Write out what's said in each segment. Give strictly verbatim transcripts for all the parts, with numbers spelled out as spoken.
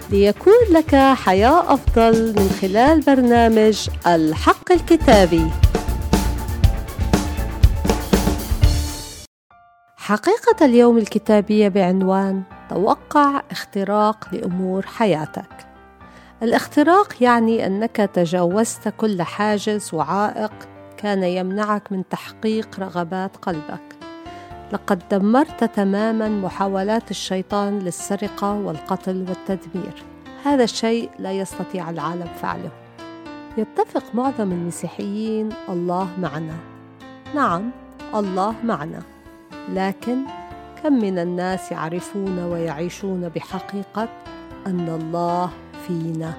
ليكون لك حياة أفضل من خلال برنامج الحق الكتابي. حقيقة اليوم الكتابية بعنوان توقع اختراق لأمور حياتك. الاختراق يعني أنك تجاوزت كل حاجز وعائق كان يمنعك من تحقيق رغبات قلبك. لقد دمرت تماماً محاولات الشيطان للسرقة والقتل والتدمير. هذا الشيء لا يستطيع العالم فعله. يتفق معظم المسيحيين الله معنا. نعم، الله معنا، لكن كم من الناس يعرفون ويعيشون بحقيقة أن الله فينا؟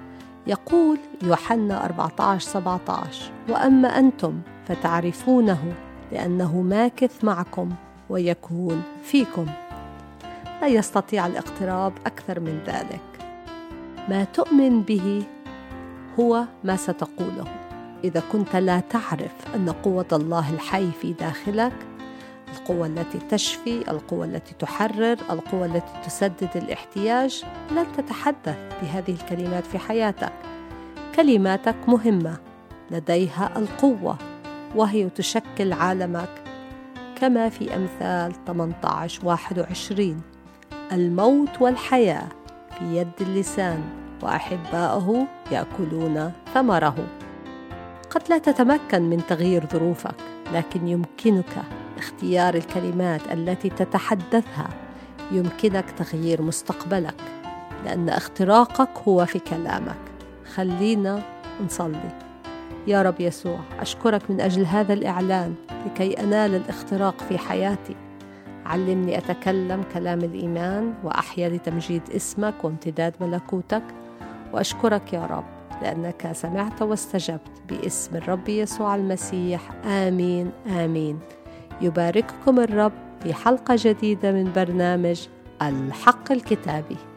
يقول يوحنا أربعة عشر سبعة عشر: وأما أنتم فتعرفونه لأنه ماكث معكم ويكون فيكم. لا يستطيع الاقتراب أكثر من ذلك. ما تؤمن به هو ما ستقوله. إذا كنت لا تعرف أن قوة الله الحي في داخلك، القوة التي تشفي، القوة التي تحرر، القوة التي تسدد الاحتياج، لن تتحدث بهذه الكلمات في حياتك. كلماتك مهمة، لديها القوة، وهي تشكل عالمك، كما في أمثال ثمانية عشر واحد وعشرين: الموت والحياة في يد اللسان، وأحباؤه يأكلون ثمره. قد لا تتمكن من تغيير ظروفك، لكن يمكنك اختيار الكلمات التي تتحدثها. يمكنك تغيير مستقبلك، لأن اختراقك هو في كلامك. خلينا نصلي. يا رب يسوع، أشكرك من أجل هذا الإعلان لكي أنال الاختراق في حياتي. علمني أتكلم كلام الإيمان وأحيا لتمجيد اسمك وامتداد ملكوتك. وأشكرك يا رب لأنك سمعت واستجبت، باسم الرب يسوع المسيح، آمين آمين. يبارككم الرب في حلقة جديدة من برنامج الحق الكتابي.